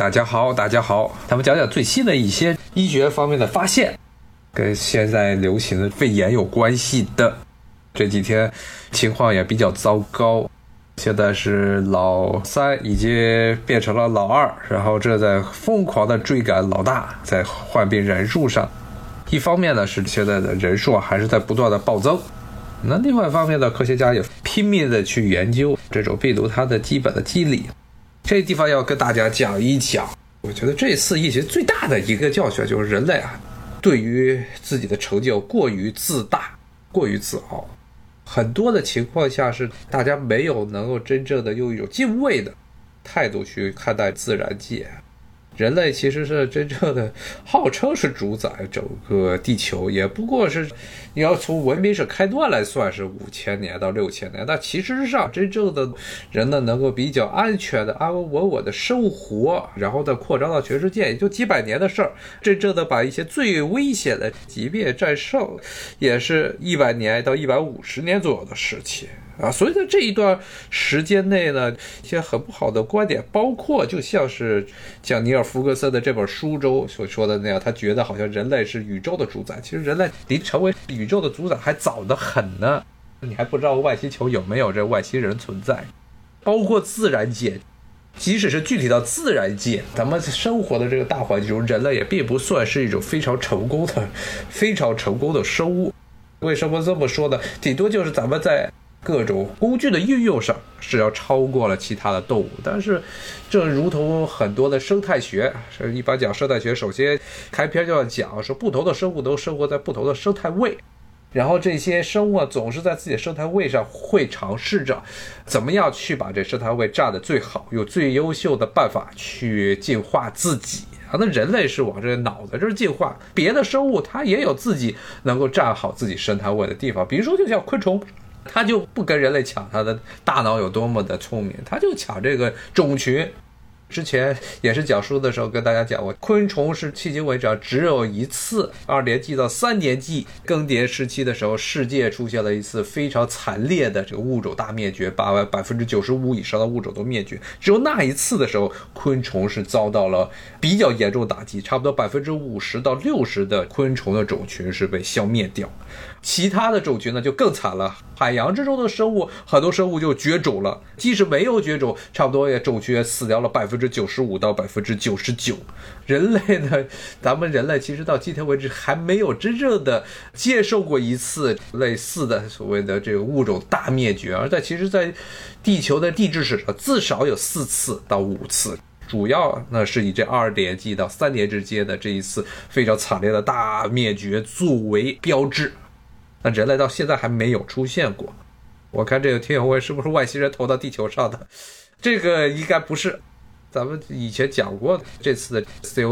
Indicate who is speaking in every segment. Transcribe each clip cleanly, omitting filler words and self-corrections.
Speaker 1: 大家好，咱们讲讲最新的一些医学方面的发现，跟现在流行的肺炎有关系的。这几天情况也比较糟糕，现在是老三已经变成了老二，然后这在疯狂的追赶老大，在患病人数上。一方面呢是现在的人数还是在不断的暴增，那另外一方面呢，科学家也拼命的去研究这种病毒它的基本的机理。这地方要跟大家讲一讲，我觉得这次疫情最大的一个教训就是人类对于自己的成就过于自大，过于自傲。很多的情况下是大家没有能够真正的用一种敬畏的态度去看待自然界。人类其实是真正的号称是主宰整个地球，也不过是你要从文明史开端来算是5000年到6000年，但其实上真正的人呢能够比较安全的安安稳稳的生活，然后再扩张到全世界也就几百年的事儿，真正的把一些最危险的疾病战胜也是100年到150年左右的事情所以在这一段时间内呢，一些很不好的观点，包括就像是像尼尔·弗格森的这本书中所说的那样，他觉得好像人类是宇宙的主宰，其实人类离成为宇宙的主宰还早得很呢。你还不知道外星球有没有这外星人存在，包括自然界，即使是具体到自然界，咱们生活的这个大环境中，人类也并不算是一种非常成功的生物。为什么这么说呢？顶多就是咱们在各种工具的运用上是要超过了其他的动物，但是这如同很多的生态学，一般讲生态学，首先开篇就要讲说不同的生物都生活在不同的生态位，然后这些生物总是在自己的生态位上会尝试着怎么样去把这生态位站得最好，有最优秀的办法去进化自己。那人类是往这脑袋这儿进化，别的生物它也有自己能够站好自己生态位的地方，比如说就像昆虫，他就不跟人类抢他的大脑有多么的聪明，他就抢这个种群。之前也是讲书的时候跟大家讲过，昆虫是迄今为止只有一次2年纪到3年纪更迭时期的时候，世界出现了一次非常惨烈的这个物种大灭绝，把95%以上的物种都灭绝。只有那一次的时候，昆虫是遭到了比较严重打击，差不多50%到60%的昆虫的种群是被消灭掉。其他的种群呢就更惨了，海洋之中的生物很多生物就绝种了，即使没有绝种，差不多也种群也死掉了95%到99%。人类呢，咱们人类其实到今天为止还没有真正的接受过一次类似的所谓的这个物种大灭绝，而其实在地球的地质史上至少有4次到5次，主要呢是以这2年纪到3年之间的这一次非常惨烈的大灭绝作为标志。那人类到现在还没有出现过。我看这个听友问是不是外星人投到地球上的，这个应该不是。咱们以前讲过这次的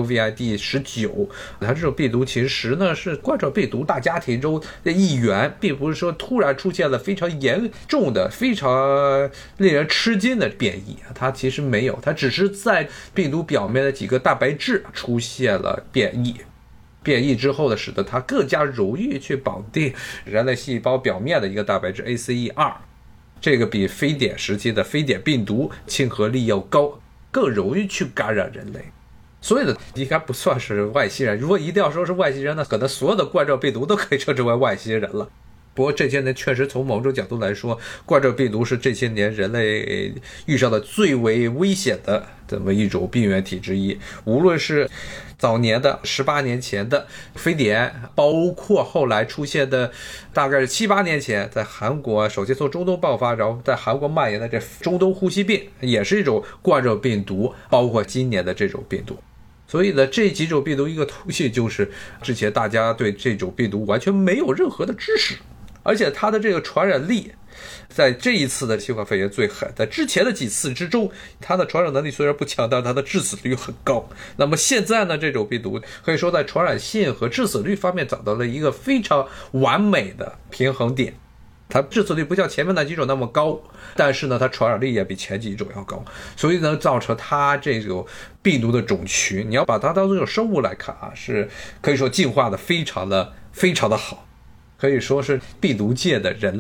Speaker 1: COVID-19， 它这种病毒其实呢是冠状病毒大家庭中的一员，并不是说突然出现了非常严重的非常令人吃惊的变异，它其实没有，它只是在病毒表面的几个蛋白质出现了变异之后呢，使得它更加容易去绑定人类细胞表面的一个蛋白质 ACE2， 这个比非典时期的非典病毒亲和力要高，更容易去感染人类。所以呢，应该不算是外星人。如果一定要说是外星人呢，可能所有的冠状病毒都可以称之为外星人了。不过这些年确实从某种角度来说，冠状病毒是这些年人类遇上的最为危险的这么一种病原体之一。无论是早年的18年前的非典，包括后来出现的大概是7、8年前在韩国首先从中东爆发，然后在韩国蔓延的这中东呼吸病，也是一种冠状病毒，包括今年的这种病毒。所以呢，这几种病毒一个途径就是之前大家对这种病毒完全没有任何的知识，而且它的这个传染力在这一次的新冠肺炎最狠，在之前的几次之中，它的传染能力虽然不强，但它的致死率很高。那么现在呢，这种病毒可以说在传染性和致死率方面找到了一个非常完美的平衡点。它致死率不像前面那几种那么高，但是呢，它传染力也比前几种要高，所以呢，造成它这种病毒的种群，你要把它当作一种生物来看是可以说进化的非常的好，可以说是病毒界的人类。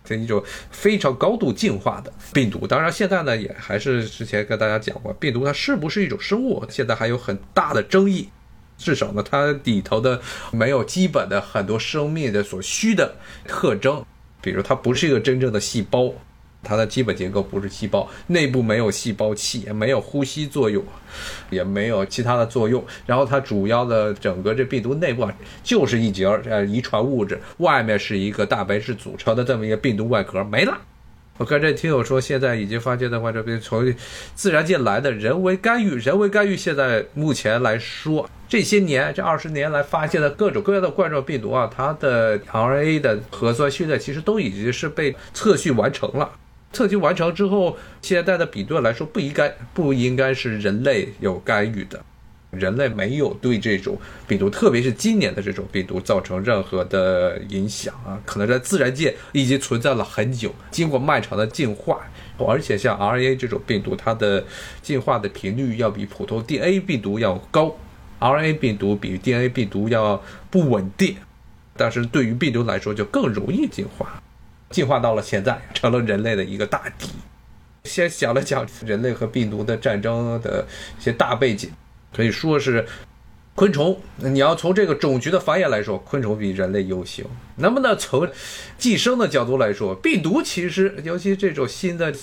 Speaker 1: 这一种非常高度进化的病毒。当然现在呢，也还是之前跟大家讲过，病毒它是不是一种生物，现在还有很大的争议。至少呢，它里头的没有基本的很多生命的所需的特征，比如它不是一个真正的细胞，它的基本结构不是细胞，内部没有细胞器，也没有呼吸作用，也没有其他的作用。然后它主要的整个这病毒内部啊，就是一节遗传物质，外面是一个蛋白质组成的这么一个病毒外壳，没了。我看这听友说，现在已经发现的话，这边从自然界来的人为干预，现在目前来说，这些年这20年来发现的各种各样的冠状病毒啊，它的 RNA 的核酸序列其实都已经是被测序完成了。测序完成之后，现在的比对来说，不应该是人类有干预的。人类没有对这种病毒，特别是今年的这种病毒造成任何的影响啊，可能在自然界已经存在了很久，经过漫长的进化，而且像 RNA 这种病毒，它的进化的频率要比普通 DNA 病毒要高， RNA 病毒比 DNA 病毒要不稳定，但是对于病毒来说就更容易进化到了现在，成了人类的一个大敌。先讲了讲人类和病毒的战争的一些大背景，可以说是昆虫，你要从这个种族的繁衍来说，昆虫比人类优秀。那么呢，从寄生的角度来说，病毒其实尤其这种新的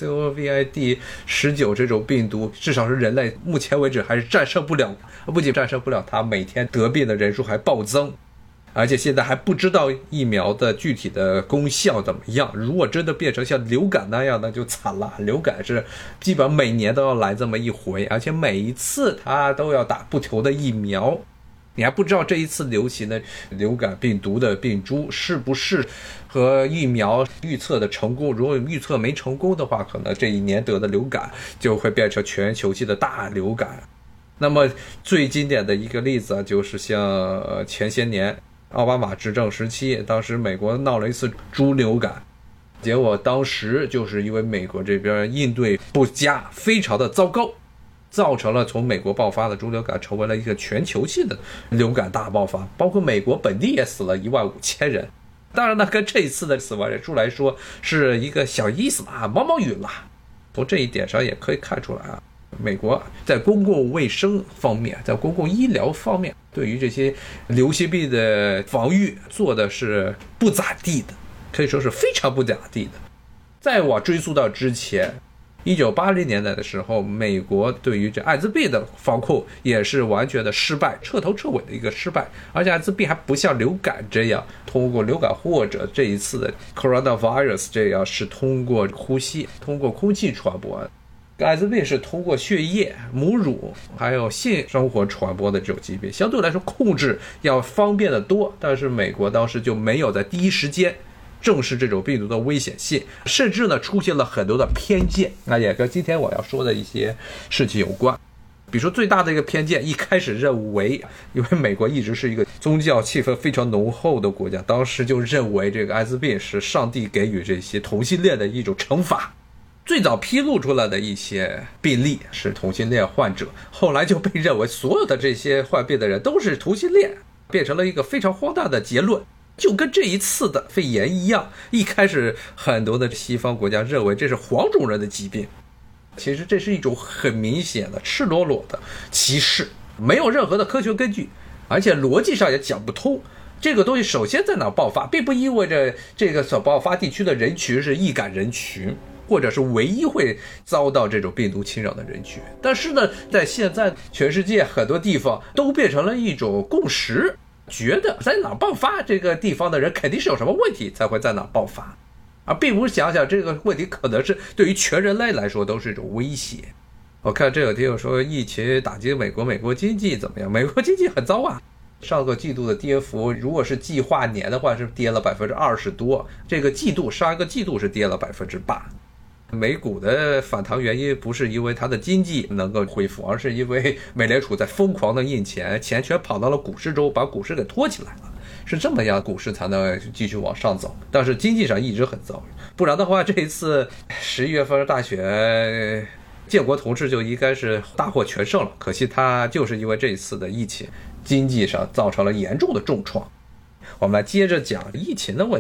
Speaker 1: COVID-19 这种病毒，至少是人类目前为止还是战胜不了，不仅战胜不了它，每天得病的人数还暴增。而且现在还不知道疫苗的具体的功效怎么样，如果真的变成像流感那样，那就惨了。流感是基本每年都要来这么一回，而且每一次它都要打不同的疫苗，你还不知道这一次流行的流感病毒的病株是不是和疫苗预测的成功，如果预测没成功的话，可能这一年得的流感就会变成全球性的大流感。那么最经典的一个例子就是像前些年奥巴马执政时期，当时美国闹了一次猪流感，结果当时就是因为美国这边应对不佳，非常的糟糕，造成了从美国爆发的猪流感成为了一个全球性的流感大爆发，包括美国本地也死了15000人。当然呢，跟这一次的死亡人数来说是一个小意思啊，毛毛雨了。从这一点上也可以看出来啊，美国在公共卫生方面，在公共医疗方面，对于这些流行病的防御做的是不咋地的，可以说是非常不咋地的。再往追溯到之前1980年代的时候，美国对于这艾滋病的防控也是完全的失败，彻头彻尾的一个失败。而且艾滋病还不像流感这样通过流感或者这一次的 coronavirus 这样是通过呼吸，通过空气传播，艾滋病是通过血液、母乳还有性生活传播的这种疾病，相对来说控制要方便的多。但是美国当时就没有在第一时间正视这种病毒的危险性，甚至呢出现了很多的偏见，那也跟今天我要说的一些事情有关。比如说最大的一个偏见，一开始认为，因为美国一直是一个宗教气氛非常浓厚的国家，当时就认为这个艾滋病是上帝给予这些同性恋的一种惩罚。最早披露出来的一些病例是同性恋患者，后来就被认为所有的这些患病的人都是同性恋，变成了一个非常荒诞的结论。就跟这一次的肺炎一样，一开始很多的西方国家认为这是黄种人的疾病，其实这是一种很明显的赤裸裸的歧视，没有任何的科学根据，而且逻辑上也讲不通。这个东西首先在哪爆发，并不意味着这个所爆发地区的人群是易感人群，或者是唯一会遭到这种病毒侵扰的人群。但是呢，在现在全世界很多地方都变成了一种共识，觉得在哪爆发，这个地方的人肯定是有什么问题才会在哪爆发，而并不是想想这个问题可能是对于全人类来说都是一种威胁。我看这有听友说疫情打击美国经济怎么样？美国经济很糟啊，上个季度的跌幅，如果是计划年的话是跌了20%多，这个季度上一个季度是跌了8%。美股的反弹原因不是因为它的经济能够恢复，而是因为美联储在疯狂的印钱，钱全跑到了股市中，把股市给拖起来了，是这么样股市才能继续往上走。但是经济上一直很糟，不然的话这一次11月份大选，建国同志就应该是大获全胜了，可惜他就是因为这一次的疫情，经济上造成了严重的重创。我们来接着讲疫情的问题。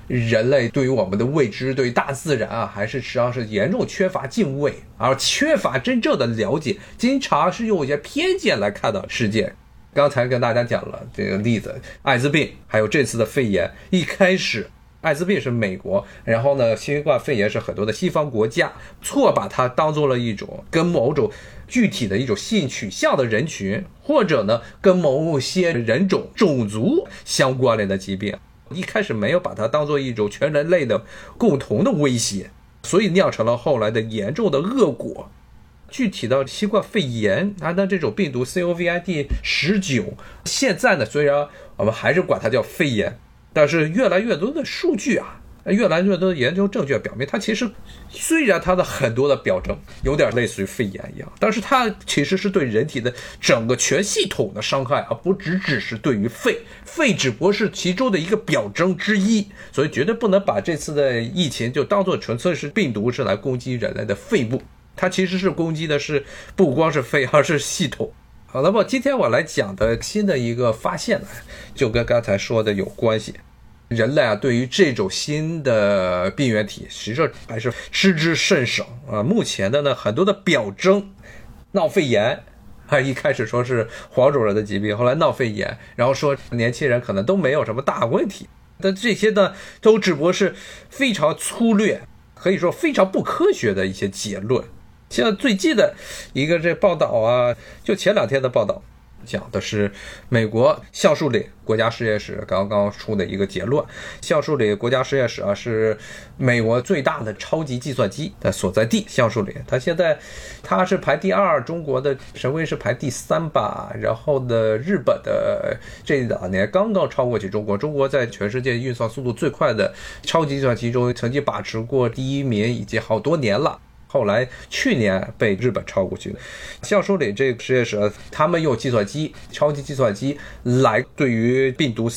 Speaker 1: 人类对于我们的未知，对于大自然啊，还是实际上是严重缺乏敬畏，而缺乏真正的了解，经常是用一些偏见来看到世界。刚才跟大家讲了这个例子，艾滋病还有这次的肺炎，一开始艾滋病是美国，然后呢新冠肺炎是很多的西方国家错把它当做了一种跟某种具体的一种性取向的人群，或者呢跟某些人种种族相关联的疾病，一开始没有把它当做一种全人类的共同的威胁，所以酿成了后来的严重的恶果。具体到新冠肺炎那这种病毒 COVID-19， 现在呢虽然我们还是管它叫肺炎，但是越来越多的数据越来越多的研究证据表明，它其实虽然它的很多的表征有点类似于肺炎一样，但是它其实是对人体的整个全系统的伤害，而不只是对于肺只不过是其中的一个表征之一，所以绝对不能把这次的疫情就当作纯粹是病毒是来攻击人类的肺部，它其实是攻击的是不光是肺，而是系统。好，那么今天我来讲的新的一个发现呢，就跟刚才说的有关系。人类对于这种新的病原体实际上还是知之甚少目前的呢很多的表征，闹肺炎一开始说是黄种人的疾病，后来闹肺炎，然后说年轻人可能都没有什么大问题，但这些呢都只不过是非常粗略，可以说非常不科学的一些结论。像最近的一个这报道就前2天的报道，讲的是美国橡树里国家实验室刚刚出的一个结论。橡树里国家实验室是美国最大的超级计算机的所在地，橡树里它是排第2，中国的神威是排第3吧，然后呢日本的这2年刚刚超过中国，中国在全世界运算速度最快的超级计算机中曾经把持过第1名已经好多年了，后来去年被日本超过去了。橡树里这个实验室他们用超级计算机来对于病毒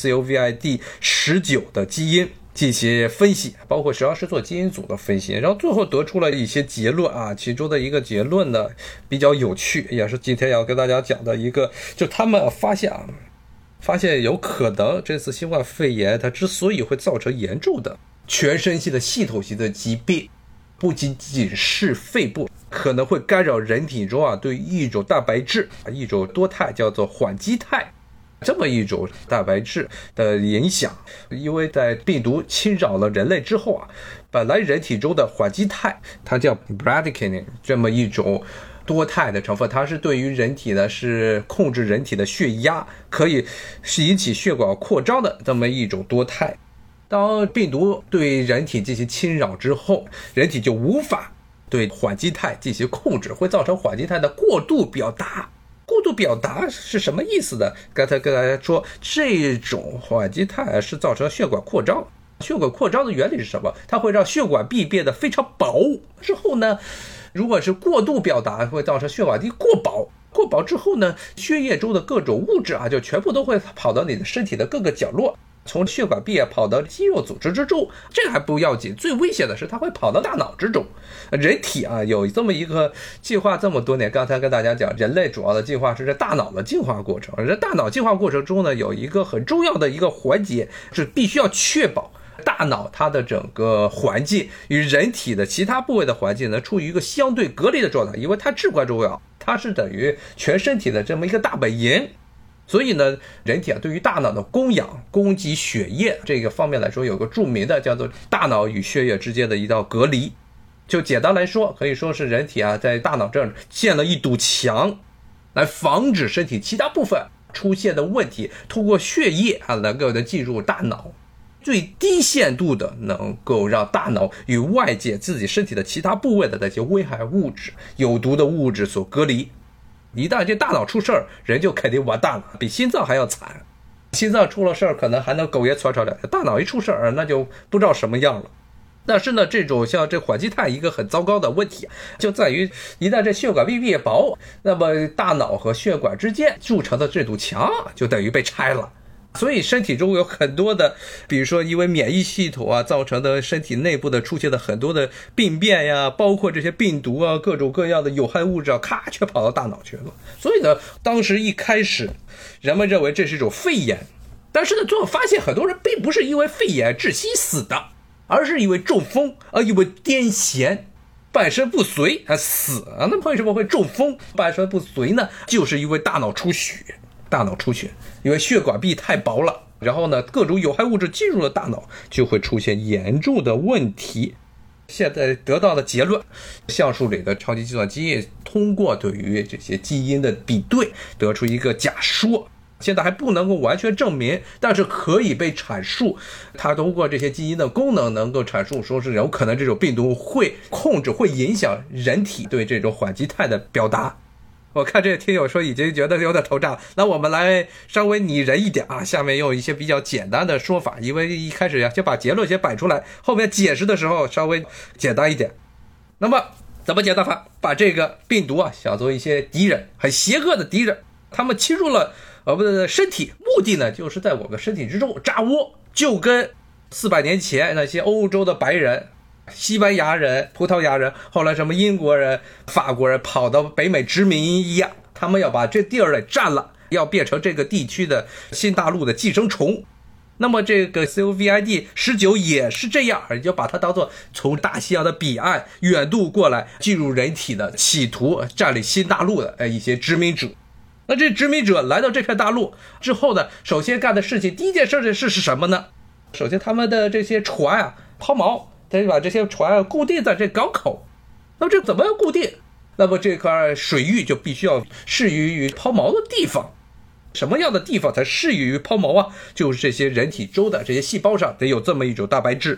Speaker 1: COVID-19 的基因进行分析，包括实际上是做基因组的分析，然后最后得出了一些结论其中的一个结论呢比较有趣，也是今天要跟大家讲的一个，就他们发现有可能这次新冠肺炎它之所以会造成严重的全身性的系统性的疾病，不仅仅是肺部，可能会干扰人体中对一种蛋白质，一种多肽叫做缓激肽，这么一种蛋白质的影响。因为在病毒侵扰了人类之后本来人体中的缓激肽它叫 bradykinin 这么一种多肽的成分，它是对于人体呢是控制人体的血压，可以是引起血管扩张的这么一种多肽。当病毒对人体进行侵扰之后，人体就无法对缓激肽进行控制，会造成缓激肽的过度表达。过度表达是什么意思呢？刚才跟大家说，这种缓激肽是造成血管扩张。血管扩张的原理是什么？它会让血管壁变得非常薄，之后呢，如果是过度表达，会造成血管壁过薄。过薄之后呢，血液中的各种物质就全部都会跑到你的身体的各个角落，从血管壁跑到肌肉组织之中，这还不要紧，最危险的是它会跑到大脑之中。人体有这么一个进化这么多年，刚才跟大家讲，人类主要的进化是在大脑的进化过程。这大脑进化过程中呢，有一个很重要的一个环节是必须要确保大脑它的整个环境与人体的其他部位的环境呢处于一个相对隔离的状态，因为它至关重要，它是等于全身体的这么一个大本营。所以呢，人体对于大脑的供养、供给血液这个方面来说，有个著名的叫做大脑与血液之间的一道隔离。就简单来说，可以说是人体在大脑这儿建了一堵墙，来防止身体其他部分出现的问题通过血液能够进入大脑，最低限度的能够让大脑与外界自己身体的其他部位的那些危害物质、有毒的物质所隔离。一旦这大脑出事儿，人就肯定完蛋了，比心脏还要惨。心脏出了事儿可能还能苟延残喘2天，大脑一出事儿那就不知道什么样了。但是呢，这种像这缓激肽一个很糟糕的问题就在于，一旦这血管壁变薄，那么大脑和血管之间筑成的这堵墙就等于被拆了。所以身体中有很多的，比如说因为免疫系统造成的身体内部的出现的很多的病变呀，包括这些病毒各种各样的有害物质全跑到大脑去了。所以呢，当时一开始人们认为这是一种肺炎， 但是呢，最后发现很多人并不是因为肺炎窒息死的，而是因为中风，因为癫痫半身不遂死。那为什么会中风半身不遂呢？就是因为大脑出血，因为血管壁太薄了，然后呢，各种有害物质进入了大脑，就会出现严重的问题。现在得到的结论，橡树里的超级计算机通过对于这些基因的比对，得出一个假说，现在还不能够完全证明，但是可以被阐述。它通过这些基因的功能能够阐述，说是有可能这种病毒会控制、会影响人体对这种缓激态的表达。我看这个听友说已经觉得有点头大，那我们来稍微拟人一点下面用一些比较简单的说法，因为一开始先把结论先摆出来，后面解释的时候稍微简单一点。那么怎么简单法？把这个病毒想做一些敌人，很邪恶的敌人，他们侵入了我们的身体，目的呢就是在我们身体之中扎窝，就跟400年前那些欧洲的白人、西班牙人、葡萄牙人，后来什么英国人、法国人跑到北美殖民一样，他们要把这地儿给占了，要变成这个地区的新大陆的寄生虫。那么这个 COVID-19 也是这样，你就把它当做从大西洋的彼岸远渡过来进入人体的，企图占领新大陆的一些殖民者。那这殖民者来到这片大陆之后呢，首先干的事情，第一件事是什么呢？首先他们的这些船抛锚，得把这些船固定在这港口。那么这怎么样固定？那么这块水域就必须要适于抛锚的地方。什么样的地方才适于抛锚就是这些人体中的这些细胞上得有这么一种蛋白质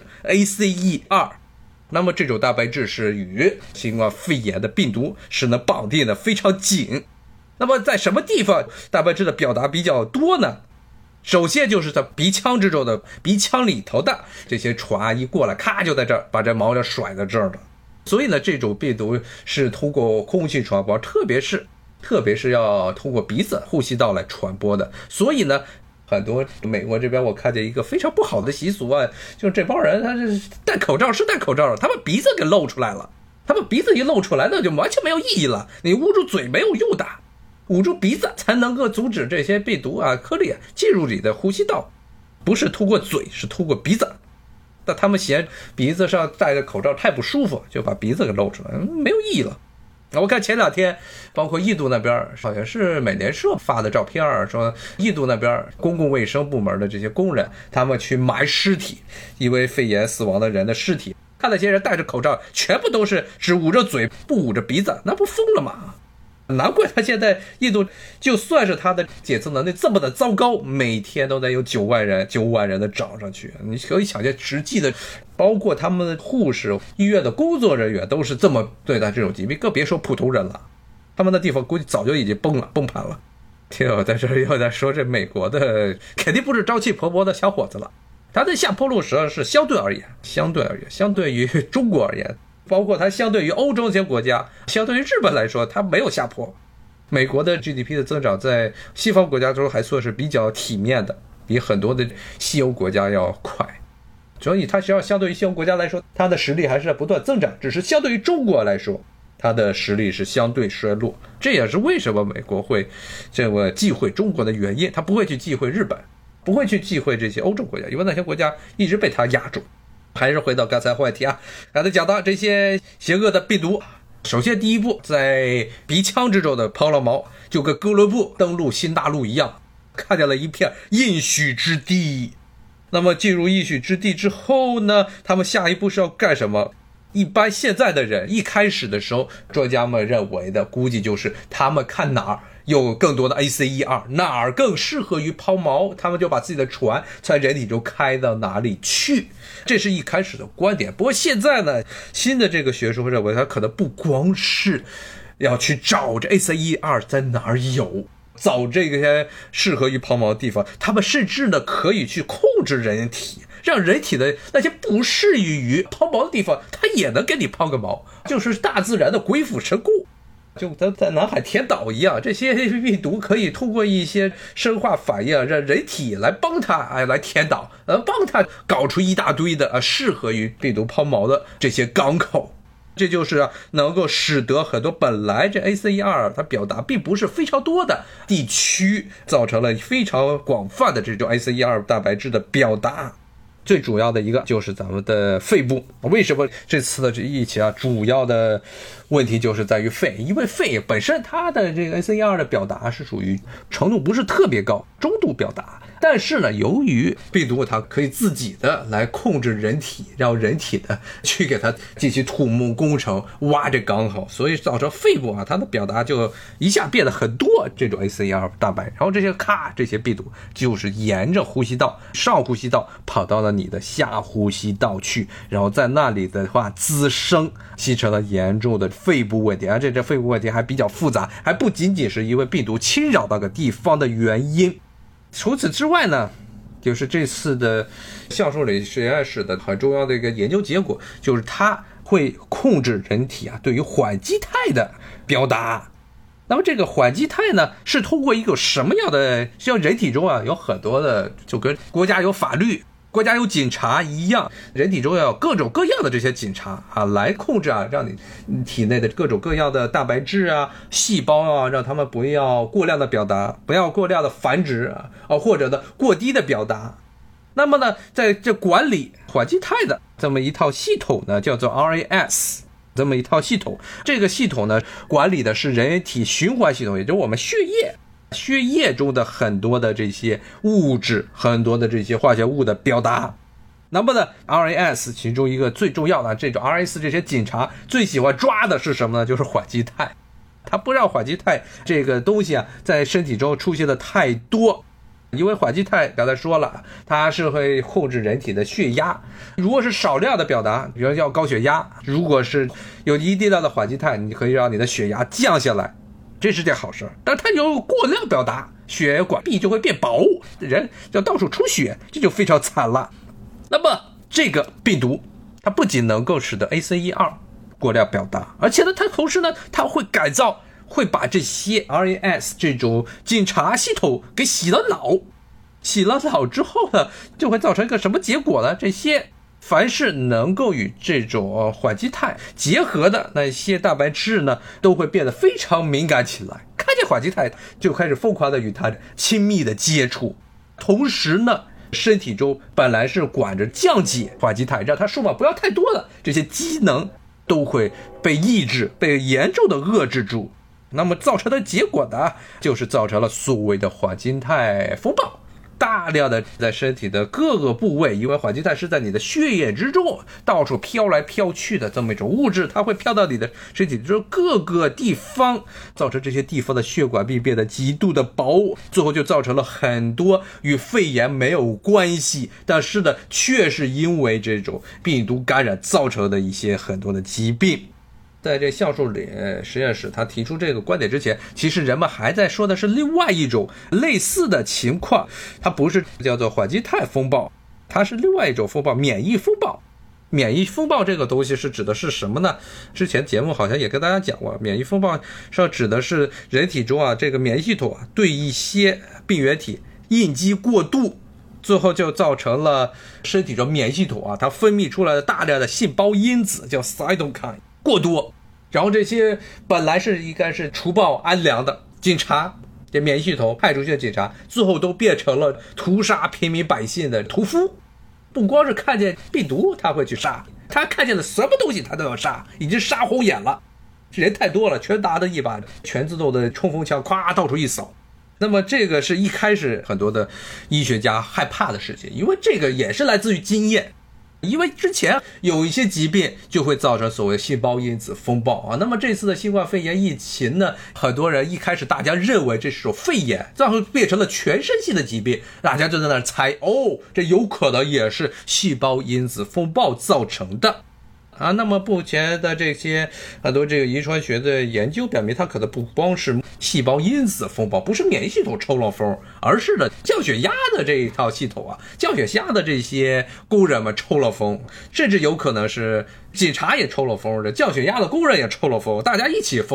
Speaker 1: ACE2。那么这种蛋白质是与新冠肺炎的病毒是能绑定的非常紧。那么在什么地方蛋白质的表达比较多呢？首先就是在鼻腔之中的鼻腔里头的这些船一过来，咔就在这儿把这毛就甩在这儿了。所以呢，这种病毒是通过空气传播，特别是要通过鼻子呼吸道来传播的。所以呢，很多美国这边我看见一个非常不好的习俗就是这帮人他是戴口罩了，他们鼻子给露出来了。他们鼻子一露出来，那就完全没有意义了。你捂住嘴没有用的，捂住鼻子才能够阻止这些病毒颗粒进入你的呼吸道，不是通过嘴，是通过鼻子。但他们嫌鼻子上戴着口罩太不舒服，就把鼻子给露出来，没有意义了。我看前2天包括印度那边好像是美联社发的照片，说印度那边公共卫生部门的这些工人，他们去埋尸体，因为肺炎死亡的人的尸体，看那些人戴着口罩，全部都是只捂着嘴不捂着鼻子，那不疯了吗？难怪他现在印度就算是他的检测能力这么的糟糕，每天都得有9万人的找上去。你可以想见实际的，包括他们的护士、医院的工作人员都是这么对待这种疾病，更别说普通人了。他们的地方估计早就已经崩盘了。听友在这儿又在说，这美国的肯定不是朝气蓬勃的小伙子了，他的下坡路实际上是相对而言，相对于中国而言，包括它相对于欧洲这些国家，相对于日本来说，它没有下坡。美国的 GDP 的增长在西方国家中还算是比较体面的，比很多的西欧国家要快。所以它实际上相对于西欧国家来说，它的实力还是在不断增长，只是相对于中国来说，它的实力是相对衰落。这也是为什么美国会这么忌讳中国的原因，它不会去忌讳日本，不会去忌讳这些欧洲国家，因为那些国家一直被它压住。还是回到刚才话题刚才讲到这些邪恶的病毒，首先第一步在鼻腔之中的抛了锚，就跟哥伦布登陆新大陆一样，看见了一片应许之地。那么进入应许之地之后呢，他们下一步是要干什么？一般现在的人一开始的时候，专家们认为的估计就是他们看哪儿有更多的 ACE2， 哪儿更适合于抛锚，他们就把自己的船在人体中开到哪里去。这是一开始的观点。不过现在呢，新的这个学说认为，它可能不光是要去找这 ACE2 在哪儿有，找这个适合于抛锚的地方，他们甚至呢可以去控制人体，让人体的那些不适于抛锚的地方，它也能给你抛个锚，就是大自然的鬼斧神工。就在南海填岛一样，这些病毒可以通过一些生化反应，让人体来帮它来填岛，帮它搞出一大堆的适合于病毒抛锚的这些港口。 这就是能够使得很多本来这 ACE2 它表达并不是非常多的地区，造成了非常广泛的这种 ACE2 蛋白质的表达。最主要的一个就是咱们的肺部。为什么这次的这疫情主要的问题就是在于肺，因为肺本身它的这个 ACE2 的表达是属于程度不是特别高，中度表达。但是呢，由于病毒它可以自己的来控制人体，让人体的去给它进行土木工程，挖这港口，所以造成肺部它的表达就一下变得很多这种 ACE2 蛋白，然后这些病毒就是沿着呼吸道上呼吸道跑到了你的下呼吸道去，然后在那里的话滋生，形成了严重的肺部问题。而且这肺部问题还比较复杂，还不仅仅是因为病毒侵扰那个地方的原因。除此之外呢，就是这次的橡树里实验室的很重要的一个研究结果，就是它会控制人体对于缓激态的表达。那么这个缓激态呢，是通过一个什么样的，像人体中有很多的，就跟国家有法律，国家有警察一样，人体中要有各种各样的这些警察来控制让你体内的各种各样的蛋白质细胞让他们不要过量的表达，不要过量的繁殖或者呢过低的表达。那么呢，在这管理缓激态的这么一套系统呢，叫做 RAS。这么一套系统，这个系统呢，管理的是人体循环系统，也就是我们血液中的很多的这些物质，很多的这些化学物的表达。那么呢 RAS 其中一个最重要的这种 RAS 这些警察最喜欢抓的是什么呢？就是缓激态。它不让缓激态这个东西在身体中出现的太多。因为缓激态刚才说了，它是会控制人体的血压，如果是少量的表达，比如要高血压，如果是有一定量的缓激态，你可以让你的血压降下来，这是件好事。但它有过量表达，血管壁就会变薄，人要到处出血，这就非常惨了。那么这个病毒它不仅能够使得 ACE2 过量表达，而且呢，它同时呢，它会改造，会把这些 RAS 这种警察系统给洗了脑之后呢，就会造成一个什么结果呢？这些凡是能够与这种缓激态结合的那些蛋白质呢，都会变得非常敏感起来，看见缓激态就开始疯狂的与它亲密的接触。同时呢，身体中本来是管着降解缓激态，让它数码不要太多的这些机能都会被抑制，被严重的遏制住。那么造成的结果呢，就是造成了所谓的缓激态风暴，大量的在身体的各个部位，因为缓激态是在你的血液之中到处飘来飘去的这么一种物质，它会飘到你的身体之中各个地方，造成这些地方的血管壁变得极度的薄，最后就造成了很多与肺炎没有关系，但是呢，却是因为这种病毒感染造成的一些很多的疾病。在这橡树里实验室他提出这个观点之前，其实人们还在说的是另外一种类似的情况，它不是叫做缓激态风暴，它是另外一种风暴，免疫风暴。免疫风暴这个东西是指的是什么呢？之前节目好像也跟大家讲过，免疫风暴是指的是人体中这个免疫系统对一些病原体应激过度，最后就造成了身体中免疫系统它分泌出来的大量的细胞因子叫 cytokine 过多，然后这些本来是应该是除暴安良的警察，这免疫系统派出去的警察，最后都变成了屠杀平民百姓的屠夫。不光是看见病毒他会去杀，他看见的什么东西他都要杀，已经杀红眼了。人太多了，全拿着一把全自动的冲锋枪，咵到处一扫。那么这个是一开始很多的医学家害怕的事情，因为这个也是来自于经验。因为之前有一些疾病就会造成所谓细胞因子风暴那么这次的新冠肺炎疫情呢，很多人一开始大家认为这是种肺炎，最后变成了全身性的疾病，大家就在那猜这有可能也是细胞因子风暴造成的那么目前的这些很多这个遗传学的研究表明，它可能不光是细胞因子风暴，不是免疫系统抽了风，而是呢降血压的这一套系统降血压的这些工人们抽了风，甚至有可能是警察也抽了风，这降血压的工人也抽了风，大家一起疯。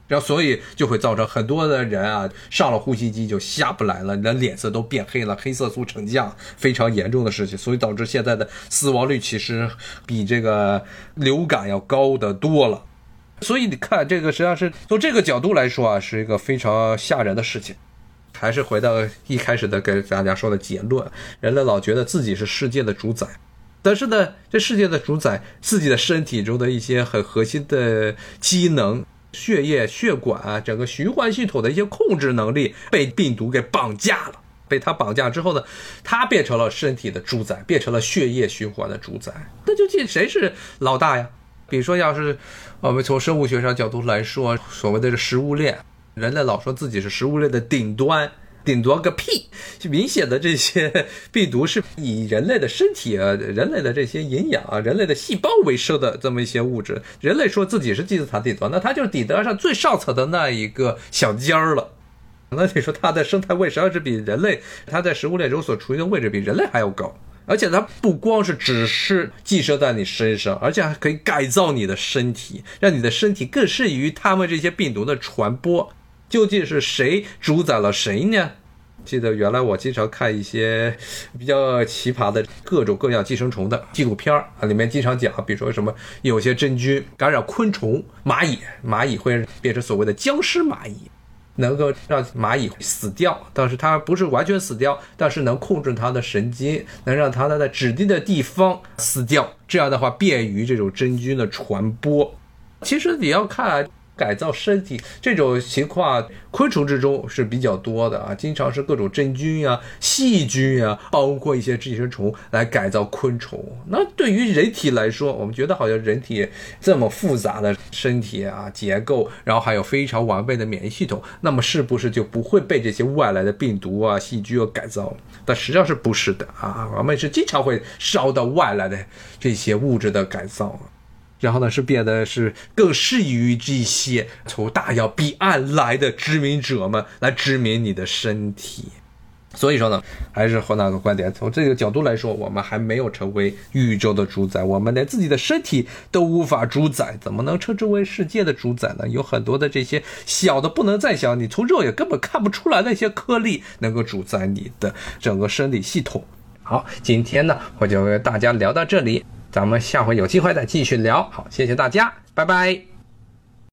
Speaker 1: 然后所以就会造成很多的人啊上了呼吸机就下不来了，人脸色都变黑了，黑色素沉降，非常严重的事情。所以导致现在的死亡率其实比这个流感要高得多了。所以你看这个实际上是从这个角度来说啊，是一个非常吓人的事情。还是回到一开始的给大家说的结论，人类老觉得自己是世界的主宰，但是呢，这世界的主宰自己的身体中的一些很核心的机能，血液、血管啊，整个循环系统的一些控制能力被病毒给绑架了。被它绑架之后呢，它变成了身体的主宰，变成了血液循环的主宰。那究竟谁是老大呀？比如说，要是我们从生物学上角度来说，所谓的食物链，人类老说自己是食物链的顶端。顶端个屁！明显的这些病毒是以人类的身体啊、人类的这些营养啊、人类的细胞为生的这么一些物质。人类说自己是金字塔顶端，那它就是顶端上最上层的那一个小尖儿了。那你说它的生态位实际上是比人类，它在食物链中所处于的位置比人类还要高。而且它不光是只是寄生在你身上，而且还可以改造你的身体，让你的身体更适于它们这些病毒的传播。究竟是谁主宰了谁呢？记得原来我经常看一些比较奇葩的各种各样寄生虫的纪录片啊，里面经常讲，比如说什么有些真菌感染昆虫、蚂蚁会变成所谓的僵尸蚂蚁，能够让蚂蚁死掉，但是它不是完全死掉，但是能控制它的神经，能让它在指定的地方死掉，这样的话便于这种真菌的传播。其实你要看改造身体这种情况，昆虫之中是比较多的啊，经常是各种真菌啊、细菌啊，包括一些寄生虫来改造昆虫。那对于人体来说，我们觉得好像人体这么复杂的身体啊结构，然后还有非常完备的免疫系统，那么是不是就不会被这些外来的病毒啊、细菌改造？但实际上是不是的啊？我们是经常会烧到外来的这些物质的改造。然后呢，是变得是更适于这些从大洋彼岸来的殖民者们来殖民你的身体。所以说呢，还是和那个观点，从这个角度来说，我们还没有成为宇宙的主宰，我们连自己的身体都无法主宰，怎么能称之为世界的主宰呢？有很多的这些小的不能再小，你从肉眼根本看不出来的一些颗粒，能够主宰你的整个生理系统。好，今天呢，我就跟大家聊到这里。咱们下回有机会再继续聊。好，谢谢大家，拜拜。